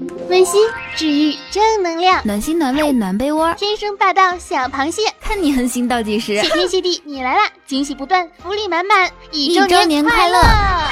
温馨治愈正能量， 暖心暖胃暖被窝， 天生霸道小螃蟹， 看你横行倒计时， 谢天谢地你来啦，惊喜不断，福利满满，一周年快乐！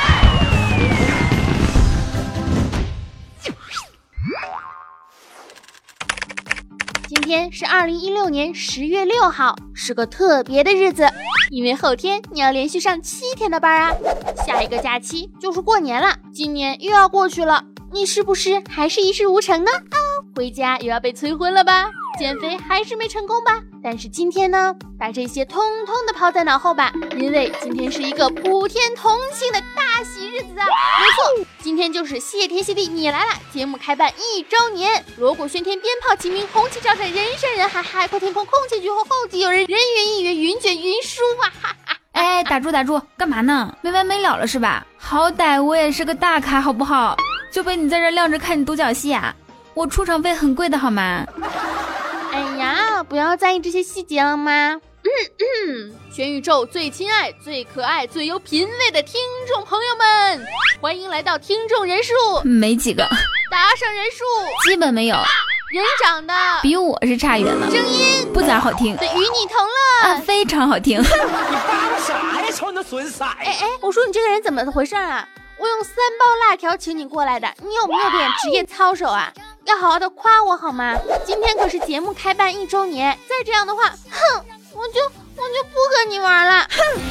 今天是2016年10月6号，是个特别的日子，因为后天你要连续上7天的班啊，下一个假期就是过年了，今年又要过去了，你是不是还是一事无成呢？回家又要被催婚了吧？减肥还是没成功吧？但是今天呢，把这些通通的抛在脑后吧，因为今天是一个普天同庆的大喜日子啊！没错，今天就是谢天谢地你来了节目开办1周年，锣鼓喧天，鞭炮齐鸣，红旗招展，人山人海，海阔天空，空气巨后，后继有人，人云亦云，云卷云舒啊！哈哈！ 哎，打住，干嘛呢？没完没了了是吧？好歹我也是个大咖好不好？就被你在这晾着看你独角戏啊！我出场费很贵的好吗？ 哎呀，不要在意这些细节了吗？全宇宙最亲爱、最可爱、最有品味的听众朋友们，欢迎来到听众人数没几个， 打赏人数基本没有， 人长的比我是差远了， 声音不咋好听， 与你同乐啊，非常好听。 你发啥呀，穿的损色？ 哎，我说你这个人怎么回事啊？我用3包辣条请你过来的，你有没有点职业操守啊？要好好的夸我好吗？今天可是节目开办1周年，再这样的话，哼，我就不和你玩了。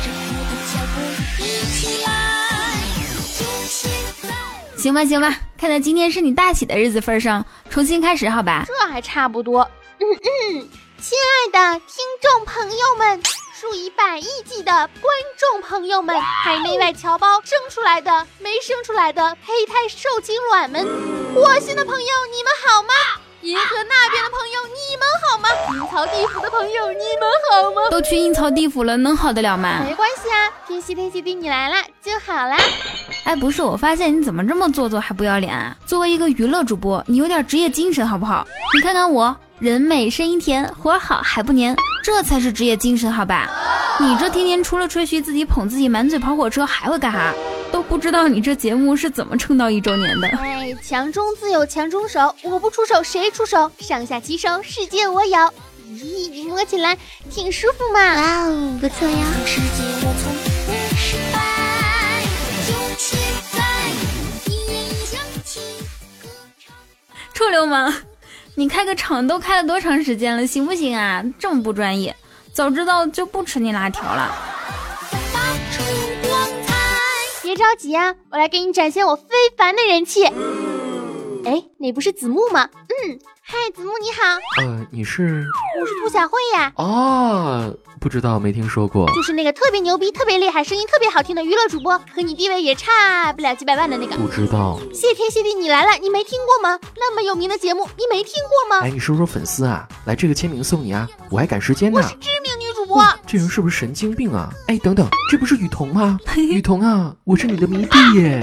行吧，看在今天是你大喜的日子份上，重新开始好吧？ 这还差不多。亲爱的听众朋友们，数以百亿计的观众朋友们，海内外侨胞，生出来的没生出来的胚胎受精卵们，火星的朋友你们好吗？银河那边的朋友你们好吗？阴曹地府的朋友你们好吗？ 都去阴曹地府了，能好得了吗？ 没关系啊，天西地你来了就好啦。 哎，不是，我发现你怎么这么做作还不要脸啊？作为一个娱乐主播，你有点职业精神好不好？你看看我，人美声音甜，活好还不黏，这才是职业精神好吧？你这天天除了吹嘘自己捧自己满嘴跑火车还会干啥？都不知道你这节目是怎么撑到1周年的。 哎，强中自有强中手，我不出手谁出手？上下其手，世界我有。咦，摸起来挺舒服嘛。哇哦，不错呀。 臭流氓，你开个场都开了多长时间了，行不行啊？这么不专业，早知道就不吃你辣条了。 别着急啊，我来给你展现我非凡的人气。哎，那不是子木吗？嗨，子木你好。 你是？ 我是兔小慧呀。 不知道，没听说过。 就是那个特别牛逼、特别厉害、声音特别好听的娱乐主播，和你地位也差不了几百万的那个。 不知道。 谢天谢地你来了，你没听过吗？那么有名的节目，你没听过吗？ 哎，你是不是粉丝啊？来，这个签名送你啊，我还赶时间呢。 我是知名女主播。 这人是不是神经病啊？哎，等等，这不是雨桐吗？雨桐啊，我是你的迷弟耶。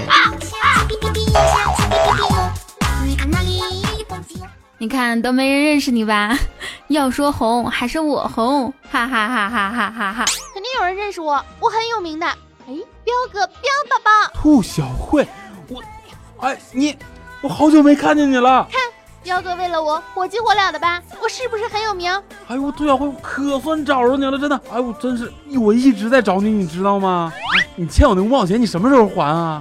你看都没人认识你吧？要说红还是我红，哈哈哈哈哈哈哈！ 肯定有人认识我，我很有名的。哎，彪哥，彪宝宝， 兔小慧，我好久没看见你了。 看，彪哥为了我火急火燎的吧？我是不是很有名？ 哎呦，兔小慧，可算找着你了，真的。哎，我一直在找你，你知道吗？你欠我那5毛钱，你什么时候还啊？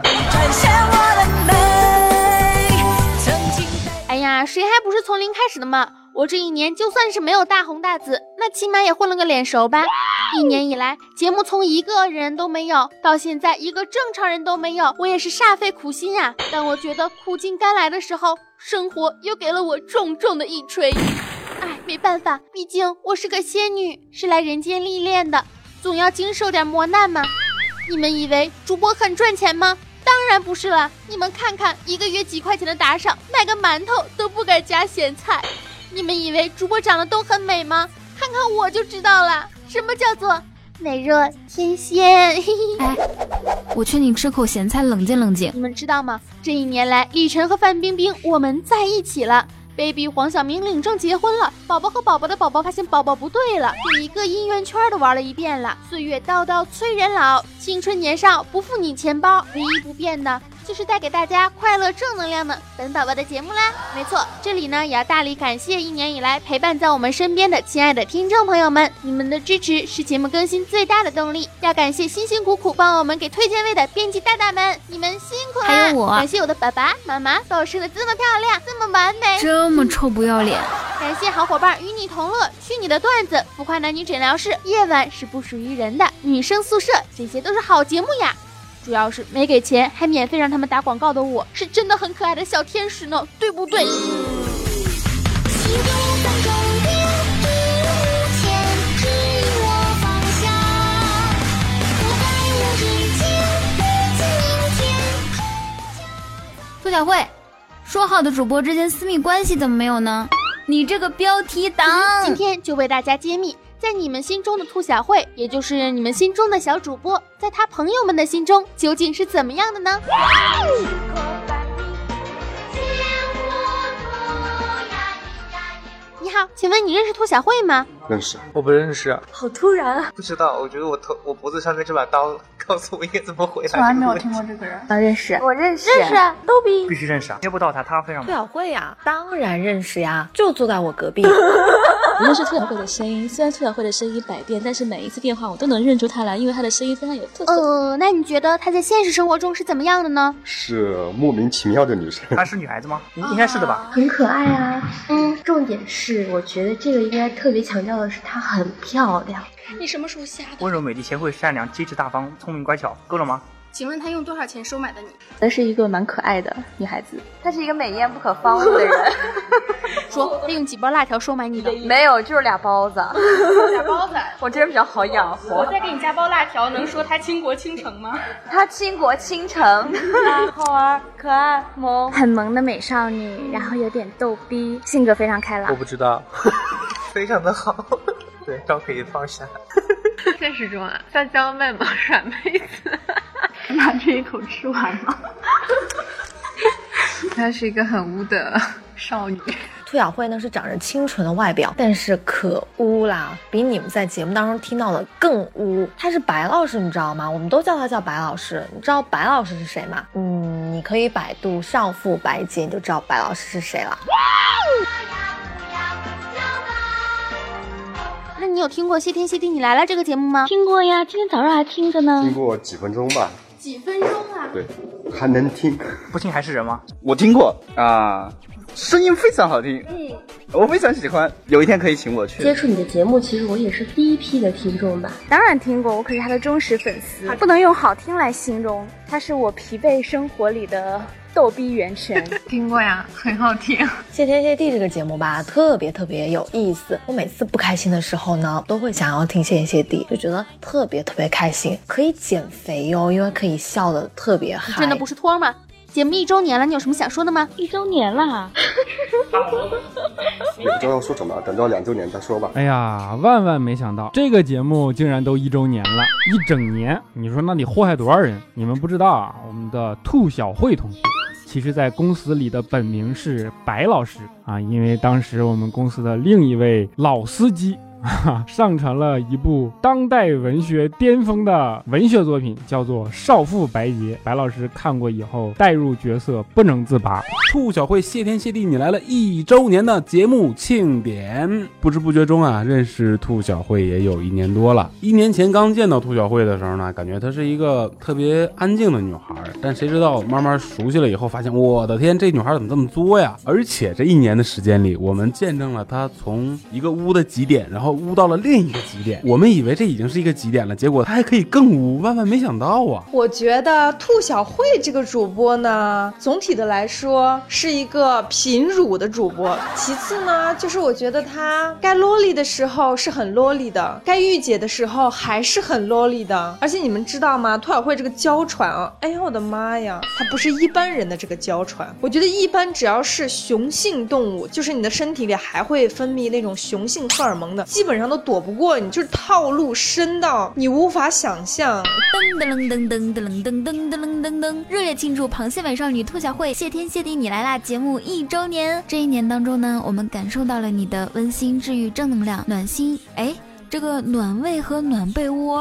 哎呀，谁还不是从零开始的嘛？我这1年就算是没有大红大紫，那起码也混了个脸熟吧。1年以来，节目从一个人都没有，到现在一个正常人都没有，我也是煞费苦心啊。但我觉得苦尽甘来的时候，生活又给了我重重的一锤。哎，没办法，毕竟我是个仙女，是来人间历练的，总要经受点磨难嘛。你们以为主播很赚钱吗？当然不是了，你们看看1个月几块钱的打赏，买个馒头都不敢加咸菜。你们以为主播长得都很美吗？看看我就知道了，什么叫做美若天仙。 哎，我劝你吃口咸菜，冷静冷静。 你们知道吗？这1年来，李晨和范冰冰我们在一起了。baby 黄晓明领证结婚了，宝宝和宝宝的宝宝发现宝宝不对了，一个姻缘圈都玩了一遍了。岁月叨叨催人老，青春年少不负你钱包，唯一不变的就是带给大家快乐正能量的本宝宝的节目啦。没错，这里呢也要大力感谢1年以来陪伴在我们身边的亲爱的听众朋友们，你们的支持是节目更新最大的动力。要感谢辛辛苦苦帮我们给推荐位的编辑大大们，你们辛苦了。 还有我， 感谢我的爸爸妈妈把我生得这么漂亮，这么完美， 这么臭不要脸。 感谢好伙伴与你同乐，去你的段子，浮夸男女诊疗室，夜晚是不属于人的，女生宿舍，这些都是好节目呀。主要是没给钱还免费让他们打广告的我，是真的很可爱的小天使呢，对不对？ 兔小慧，说好的主播之间私密关系怎么没有呢？你这个标题党！ 今天就为大家揭秘，在你们心中的兔小慧，也就是你们心中的小主播，在他朋友们的心中究竟是怎么样的呢？你好，请问你认识兔小慧吗？ 认识。 我不认识。 好突然啊！ 不知道，我觉得我脖子上面这把刀告诉我应该怎么回来。 从来没有听过这个人。 认识， 我认识， 认识啊，逗比必须认识啊！接不到他非常。 兔小慧呀，当然认识呀，就坐在我隔壁。 我认识兔小慧的声音，虽然兔小慧的声音百变，但是每一次电话我都能认出她来，因为她的声音非常有特色。 那你觉得她在现实生活中是怎么样的呢？ 是莫名其妙的女生。 她是女孩子吗？应该是的吧。 很可爱啊。重点是我觉得这个应该特别强调的是她很漂亮。 你什么时候瞎的？ 温柔美丽、贤惠善良、机智大方、聪明乖巧，够了吗？ 请问她用多少钱收买的你？ 她是一个蛮可爱的女孩子， 她是一个美艳不可方物的人。 说她用几包辣条收买你的？ 没有，就是2包子。 2包子？ 我这人比较好养活。 我再给你加包辣条，能说她倾国倾城吗？ 她倾国倾城。她好玩、可爱、萌， 很萌的美少女，然后有点逗逼，性格非常开朗。 我不知道，非常的好。对，刀可以放下。 现实中啊，撒娇卖萌耍妹子。 拿这一口吃完吗？ 她是一个很污的少女。 兔小慧呢是长着清纯的外表，但是可污啦，比你们在节目当中听到的更污。她是白老师，你知道吗？我们都叫她叫白老师。你知道白老师是谁吗？你可以百度少妇白洁，你就知道白老师是谁了。 那你有听过《谢天谢地你来了》这个节目吗？ 听过呀，今天早上还听着呢。 听过几分钟吧。 几分钟啊？ 对，还能听。 不听还是人吗？ 我听过啊，声音非常好听。我非常喜欢。有一天可以请我去。 接触你的节目，其实我也是第一批的听众吧。 当然听过，我可是他的忠实粉丝，不能用好听来形容，他是我疲惫生活里的逗逼源泉。 听过呀，很好听。 谢天谢地这个节目吧，特别有意思。我每次不开心的时候呢，都会想要听谢天谢地，就觉得特别开心，可以减肥哟，因为可以笑得特别嗨。 真的不是托吗？节目1周年了，你有什么想说的吗 ？1周年了。 也不知道要说什么，等到2周年再说吧。 哎呀，万没想到这个节目竟然都1周年了，1整年，你说那得祸害多少人？你们不知道啊，我们的兔小慧同学其实在公司里的本名是白老师啊，因为当时我们公司的另一位老司机上传了一部当代文学巅峰的文学作品，叫做《少妇白洁》。白老师看过以后带入角色不能自拔。 兔小慧谢天谢地你来了1周年的节目庆典，不知不觉中啊，认识兔小慧也有1年多了。1年前刚见到兔小慧的时候呢，感觉她是一个特别安静的女孩，但谁知道慢慢熟悉了以后，发现我的天，这女孩怎么这么作呀？而且这1年的时间里，我们见证了她从一个污的极点，然后污到了另一个极点。我们以为这已经是一个极点了，结果她还可以更污，万没想到啊！ 我觉得兔小慧这个主播呢，总体的来说是一个贫乳的主播。其次呢，就是我觉得她该萝莉的时候是很萝莉的，该御姐的时候还是很萝莉的。而且你们知道吗？兔小慧这个娇喘啊，哎呀我的妈呀，她不是一般人的这个娇喘。我觉得一般只要是雄性动物，就是你的身体里还会分泌那种雄性荷尔蒙的，基本上都躲不过你，就是套路深到你无法想象。 噔，热烈庆祝螃蟹美少女兔小慧谢天谢地你来啦节目1周年。这1年当中呢，我们感受到了你的温馨治愈正能量暖心。哎，这个暖胃和暖被窝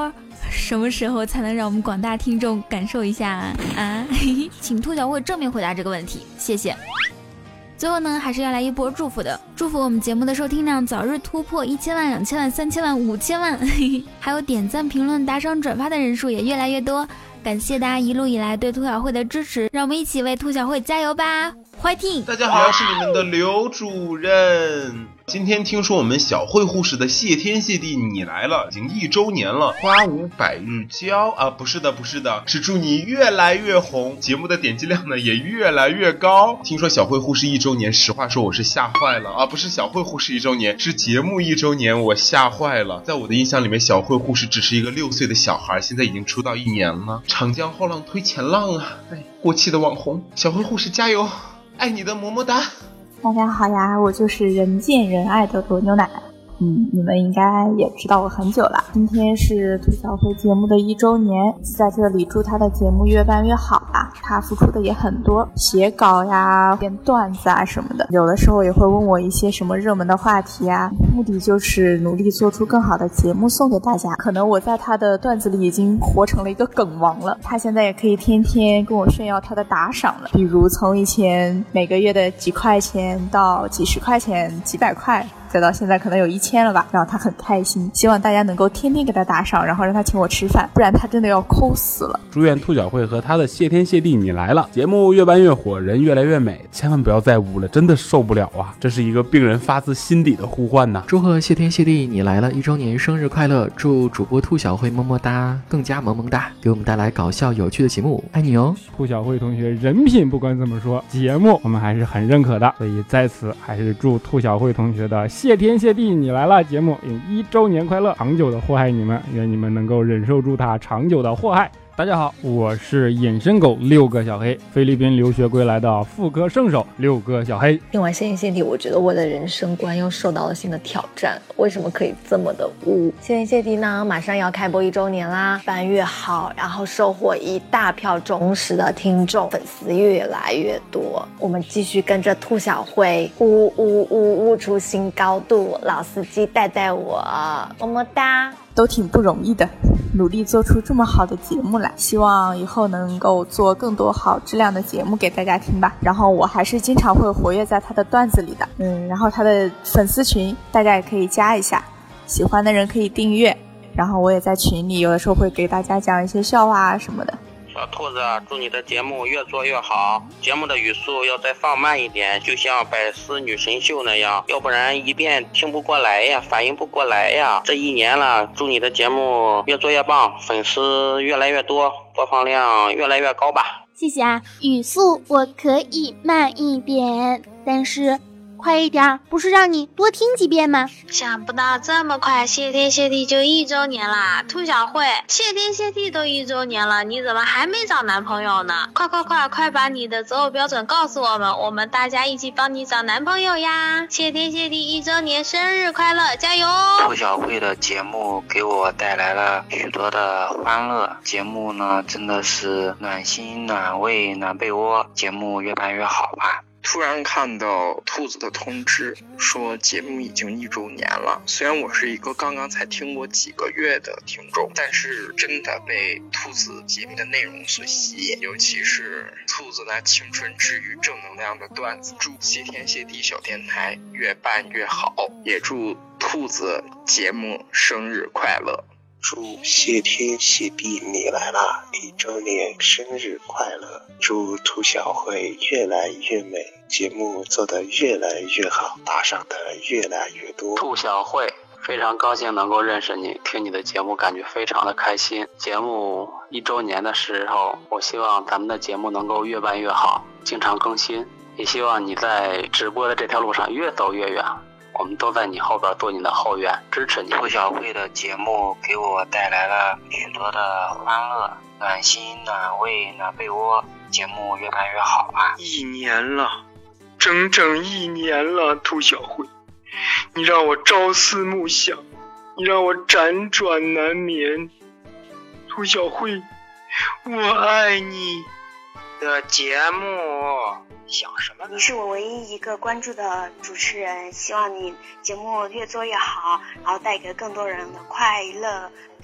什么时候才能让我们广大听众感受一下啊？请兔小慧正面回答这个问题，谢谢。最后呢，还是要来一波祝福的，祝福我们节目的收听量早日突破1000万、2000万、3000万、5000万，还有点赞、评论、打赏、转发的人数也越来越多。感谢大家一路以来对兔小慧的支持，让我们一起为兔小慧加油吧！欢迎！ 大家好，我是你们的刘主任。今天听说我们小慧护士的谢天谢地你来了，已经1周年了，花无百日娇啊，不是的，是祝你越来越红，节目的点击量呢也越来越高。听说小慧护士1周年，实话说我是吓坏了啊，不是小慧护士1周年，是节目1周年，我吓坏了。在我的印象里面，小慧护士只是一个6岁的小孩，现在已经出道1年了，长江后浪推前浪啊！哎，过气的网红，小慧护士加油！爱你的么么哒！ 大家好呀，我就是人见人爱的罗牛奶。你们应该也知道我很久了。今天是兔小慧节目的1周年，在这里祝她的节目越办越好吧。她付出的也很多，写稿呀、编段子啊什么的，有的时候也会问我一些什么热门的话题啊，目的就是努力做出更好的节目送给大家。可能我在她的段子里已经活成了一个梗王了，她现在也可以天天跟我炫耀她的打赏了，比如从以前每个月的几块钱到几十块钱、几百块，再到现在可能有1000了吧，让他很开心。希望大家能够天天给他打赏，然后让他请我吃饭，不然他真的要抠死了。 祝愿兔小慧和他的谢天谢地你来了节目越办越火，人越来越美，千万不要再污了，真的受不了啊！这是一个病人发自心底的呼唤呐！ 祝贺谢天谢地你来了1周年生日快乐！祝主播兔小慧么么哒，更加萌萌哒，给我们带来搞笑有趣的节目，爱你哦！ 兔小慧同学人品不管怎么说，节目我们还是很认可的，所以在此还是祝兔小慧同学的谢天谢地你来了节目1周年快乐，长久的祸害你们，愿你们能够忍受住它长久的祸害。大家好，我是隐身狗6个小黑，菲律宾留学归来的妇科圣手6个小黑。 听完谢天谢地，我觉得我的人生观又受到了新的挑战，为什么可以这么的污？谢天谢地呢，马上要开播1周年啦，办越好，然后收获一大票忠实的听众，粉丝越来越多，我们继续跟着兔小慧悟出新高度，老司机带我，么么哒。 都挺不容易的，努力做出这么好的节目来，希望以后能够做更多好质量的节目给大家听吧。然后我还是经常会活跃在他的段子里的，然后他的粉丝群大家也可以加一下，喜欢的人可以订阅，然后我也在群里有的时候会给大家讲一些笑话啊什么的。 小兔子，祝你的节目越做越好，节目的语速要再放慢一点，就像百思女神秀那样，要不然一遍听不过来呀，反应不过来呀。这1年了，祝你的节目越做越棒，粉丝越来越多，播放量越来越高吧。 谢谢啊，语速我可以慢一点，但是快一点，不是让你多听几遍吗？ 想不到这么快，谢天谢地就1周年啦！兔小慧，谢天谢地都1周年了，你怎么还没找男朋友呢？快把你的择偶标准告诉我们，我们大家一起帮你找男朋友呀！谢天谢地1周年生日快乐，加油！ 兔小慧的节目给我带来了许多的欢乐，节目呢真的是暖心暖胃暖被窝，节目越办越好吧。 突然看到兔子的通知说节目已经1周年了，虽然我是一个刚刚才听过几个月的听众，但是真的被兔子节目的内容所吸引，尤其是兔子那青春治愈正能量的段子。祝谢天谢地小电台越办越好，也祝兔子节目生日快乐。 祝谢天谢地你来啦1周年生日快乐，祝兔小慧越来越美，节目做得越来越好，打赏的越来越多。 兔小慧，非常高兴能够认识你，听你的节目感觉非常的开心。节目1周年的时候，我希望咱们的节目能够越办越好，经常更新，也希望你在直播的这条路上越走越远，我们都在你后边做你的后援，支持你。兔小慧的节目给我带来了许多的欢乐，暖心暖胃暖被窝，节目越办越好吧。 1年了，整整1年了，兔小慧，你让我朝思暮想，你让我辗转难眠。兔小慧，我爱你的节目。想什么呢？ 你是我唯一一个关注的主持人，希望你节目越做越好，然后带给更多人的快乐。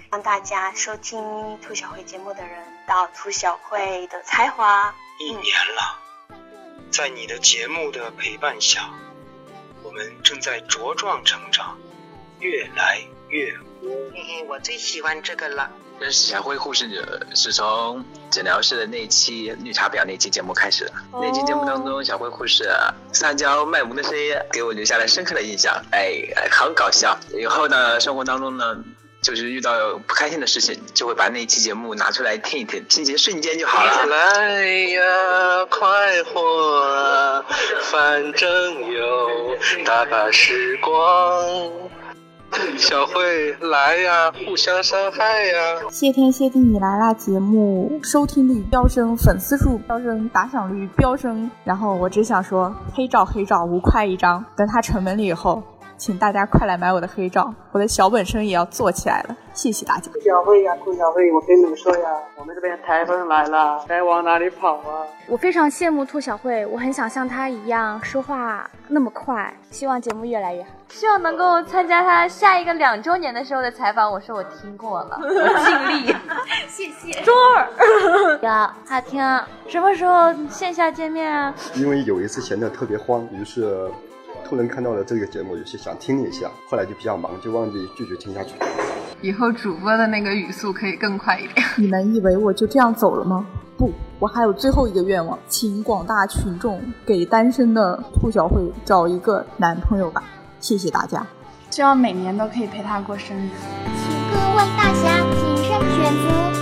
让大家收听兔小慧节目的人到兔小慧的才华。 1年了，在你的节目的陪伴下，我们正在茁壮成长，越来越我最喜欢这个了。 认识小慧护士是从诊疗室的那期绿茶婊那期节目开始的。那期节目当中，小慧护士撒娇卖萌的声音给我留下了深刻的印象，很搞笑。以后呢，生活当中呢，就是遇到不开心的事情，就会把那期节目拿出来听一听，心情瞬间就好了。 来呀，快活啊，反正有大把时光。小慧来呀，互相伤害呀。 谢天谢地你来啦节目收听率飙升，粉丝数飙升，打赏率飙升。然后我只想说，黑照5块一张，等它成文了以后，请大家快来买我的黑照，我的小本生也要做起来了，谢谢大家。 兔小慧呀，兔小慧，我跟你们说呀，我们这边台风来了，该往哪里跑啊？ 我非常羡慕兔小慧，我很想像她一样说话那么快，希望节目越来越好， 希望能够参加她下一个2周年的时候的采访。我说我听过了，我尽力。 谢谢。 周二呀，好听，什么时候线下见面啊？ 因为有一次闲得特别慌，于是突然看到了这个节目，有些想听一下，后来就比较忙，就忘记继续听下去。 以后主播的那个语速可以更快一点。 你们以为我就这样走了吗？不，我还有最后一个愿望，请广大群众给单身的兔小慧找一个男朋友吧，谢谢大家。 希望每年都可以陪她过生日。 请各位大侠谨慎选择。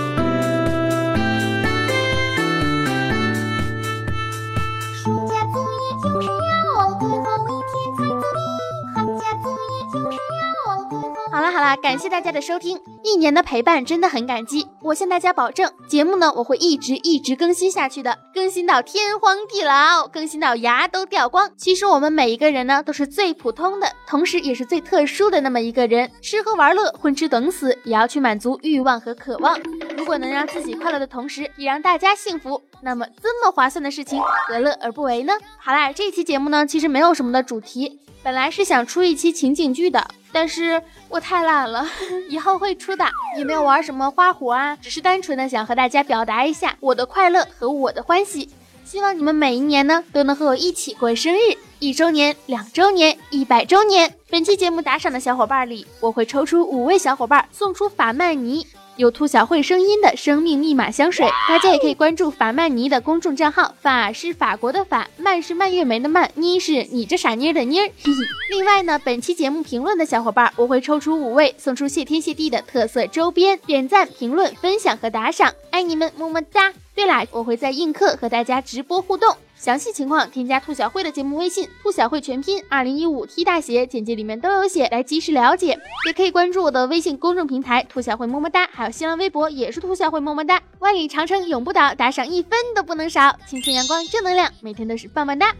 暑假作业就是要往最后一天才做题，寒假作业就是要往最后。好啦，感谢大家的收听，1年的陪伴真的很感激。我向大家保证，节目呢我会一直更新下去的，更新到天荒地老，更新到牙都掉光。其实我们每一个人呢都是最普通的，同时也是最特殊的那么一个人，吃喝玩乐混吃等死，也要去满足欲望和渴望。如果能让自己快乐的同时也让大家幸福，那么这么划算的事情何乐而不为呢？好啦，这期节目呢其实没有什么的主题，本来是想出一期情景剧的，但是我太懒了，以后会出的，也没有玩什么花活啊，只是单纯的想和大家表达一下我的快乐和我的欢喜。希望你们每一年呢都能和我一起过生日，1周年、2周年、100周年。本期节目打赏的小伙伴里，我会抽出5位小伙伴送出法曼尼有兔小慧声音的生命密码香水，大家也可以关注法曼尼的公众账号，法是法国的法，曼是蔓越莓的曼，妮是你这傻妮的妮儿，嘿嘿。另外呢，本期节目评论的小伙伴，我会抽出5位送出谢天谢地的特色周边，点赞、评论、分享和打赏，爱你们，么么哒。对啦，我会在映客和大家直播互动，详细情况添加兔小慧的节目微信，兔小慧全拼2015 T 大写，简介里面都有写，来及时了解。也可以关注我的微信公众平台兔小慧么么哒，还有新浪微博也是兔小慧么么哒。万里长城永不倒，打赏1分都不能少，青春阳光正能量，每天都是棒棒哒。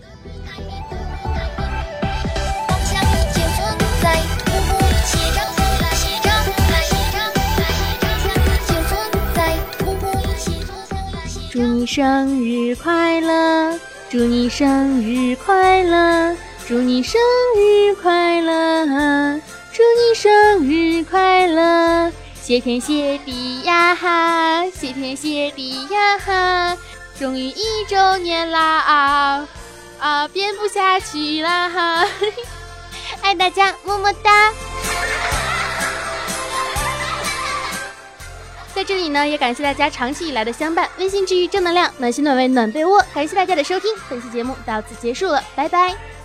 祝你生日快乐，祝你生日快乐，祝你生日快乐，祝你生日快乐，谢天谢地呀哈，谢天谢地呀哈，终于1周年啦编不下去啦哈，爱大家，么么哒。在这里呢，也感谢大家长期以来的相伴，温馨治愈正能量，暖心暖胃暖被窝。感谢大家的收听，本期节目到此结束了，拜拜。